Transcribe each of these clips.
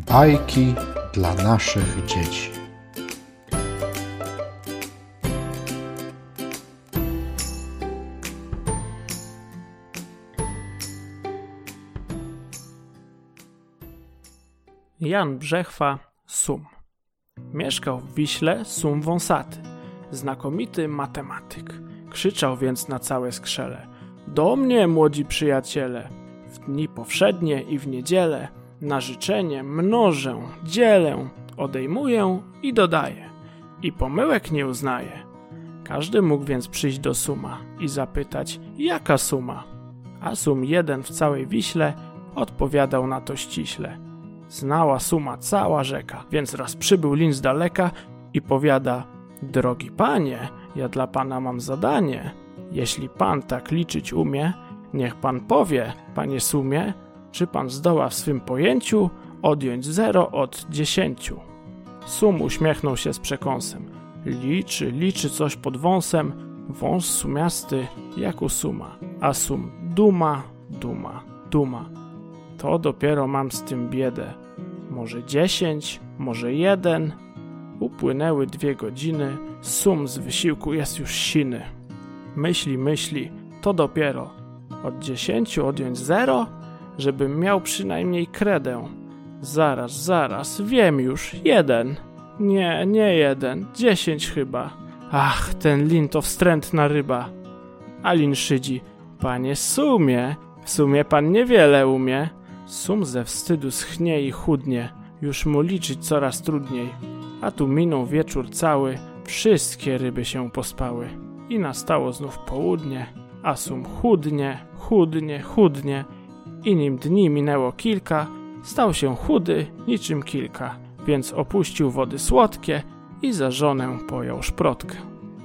Bajki dla naszych dzieci. Jan Brzechwa, Sum. Mieszkał w Wiśle Sum wąsaty, znakomity matematyk. Krzyczał więc na całe skrzele: do mnie, młodzi przyjaciele! W dni powszednie i w niedzielę na życzenie mnożę, dzielę, odejmuję i dodaję. I pomyłek nie uznaję. Każdy mógł więc przyjść do Suma i zapytać, jaka suma? A Sum jeden w całej Wiśle odpowiadał na to ściśle. Znała Suma cała rzeka, więc raz przybył lin z daleka i powiada: drogi panie, ja dla pana mam zadanie. Jeśli pan tak liczyć umie, niech pan powie, panie Sumie, czy pan zdoła w swym pojęciu odjąć 0 od 10. Sum uśmiechnął się z przekąsem. Liczy coś pod wąsem, wąs sumiasty jak u Suma, a Sum duma. To dopiero mam z tym biedę. Może 10, może 1. Upłynęły 2 godziny, Sum z wysiłku jest już siny. Myśli, to dopiero. Od 10 odjąć 0, żebym miał przynajmniej kredę. Zaraz, wiem już, 1. Nie 1, 10 chyba. Ach, ten lin to wstrętna ryba. A lin szydzi: panie Sumie, w sumie pan niewiele umie. Sum ze wstydu schnie i chudnie, już mu liczyć coraz trudniej. A tu minął wieczór cały, wszystkie ryby się pospały. I nastało znów południe, a Sum chudnie. I nim dni minęło kilka, stał się chudy niczym kilka, więc opuścił wody słodkie i za żonę pojął szprotkę.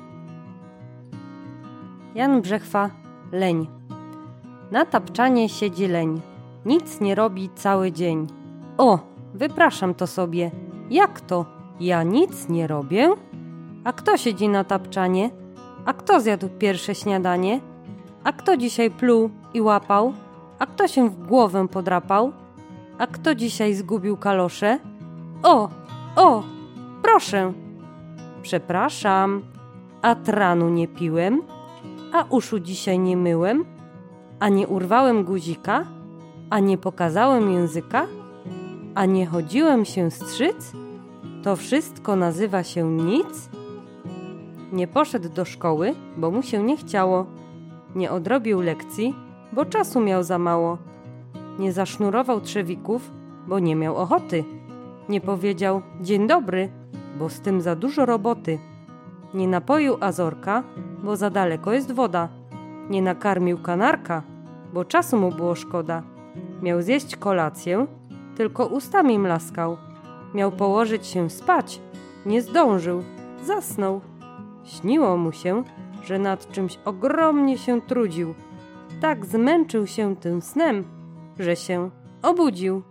Jan Brzechwa, leń. Na tapczanie siedzi leń, nic nie robi cały dzień. O, wypraszam to sobie, jak to? Ja nic nie robię? A kto siedzi na tapczanie? A kto zjadł pierwsze śniadanie? A kto dzisiaj pluł i łapał? A kto się w głowę podrapał? A kto dzisiaj zgubił kalosze? O, proszę. Przepraszam, a tranu nie piłem? A uszu dzisiaj nie myłem? A nie urwałem guzika? A nie pokazałem języka? A nie chodziłem się strzyc? To wszystko nazywa się nic? Nie poszedł do szkoły, bo mu się nie chciało. Nie odrobił lekcji, bo czasu miał za mało. Nie zasznurował trzewików, bo nie miał ochoty. Nie powiedział dzień dobry, bo z tym za dużo roboty. Nie napoił azorka, bo za daleko jest woda. Nie nakarmił kanarka, bo czasu mu było szkoda. Miał zjeść kolację, tylko ustami mlaskał. Miał położyć się spać, nie zdążył, zasnął. Śniło mu się, że nad czymś ogromnie się trudził. Tak zmęczył się tym snem, że się obudził.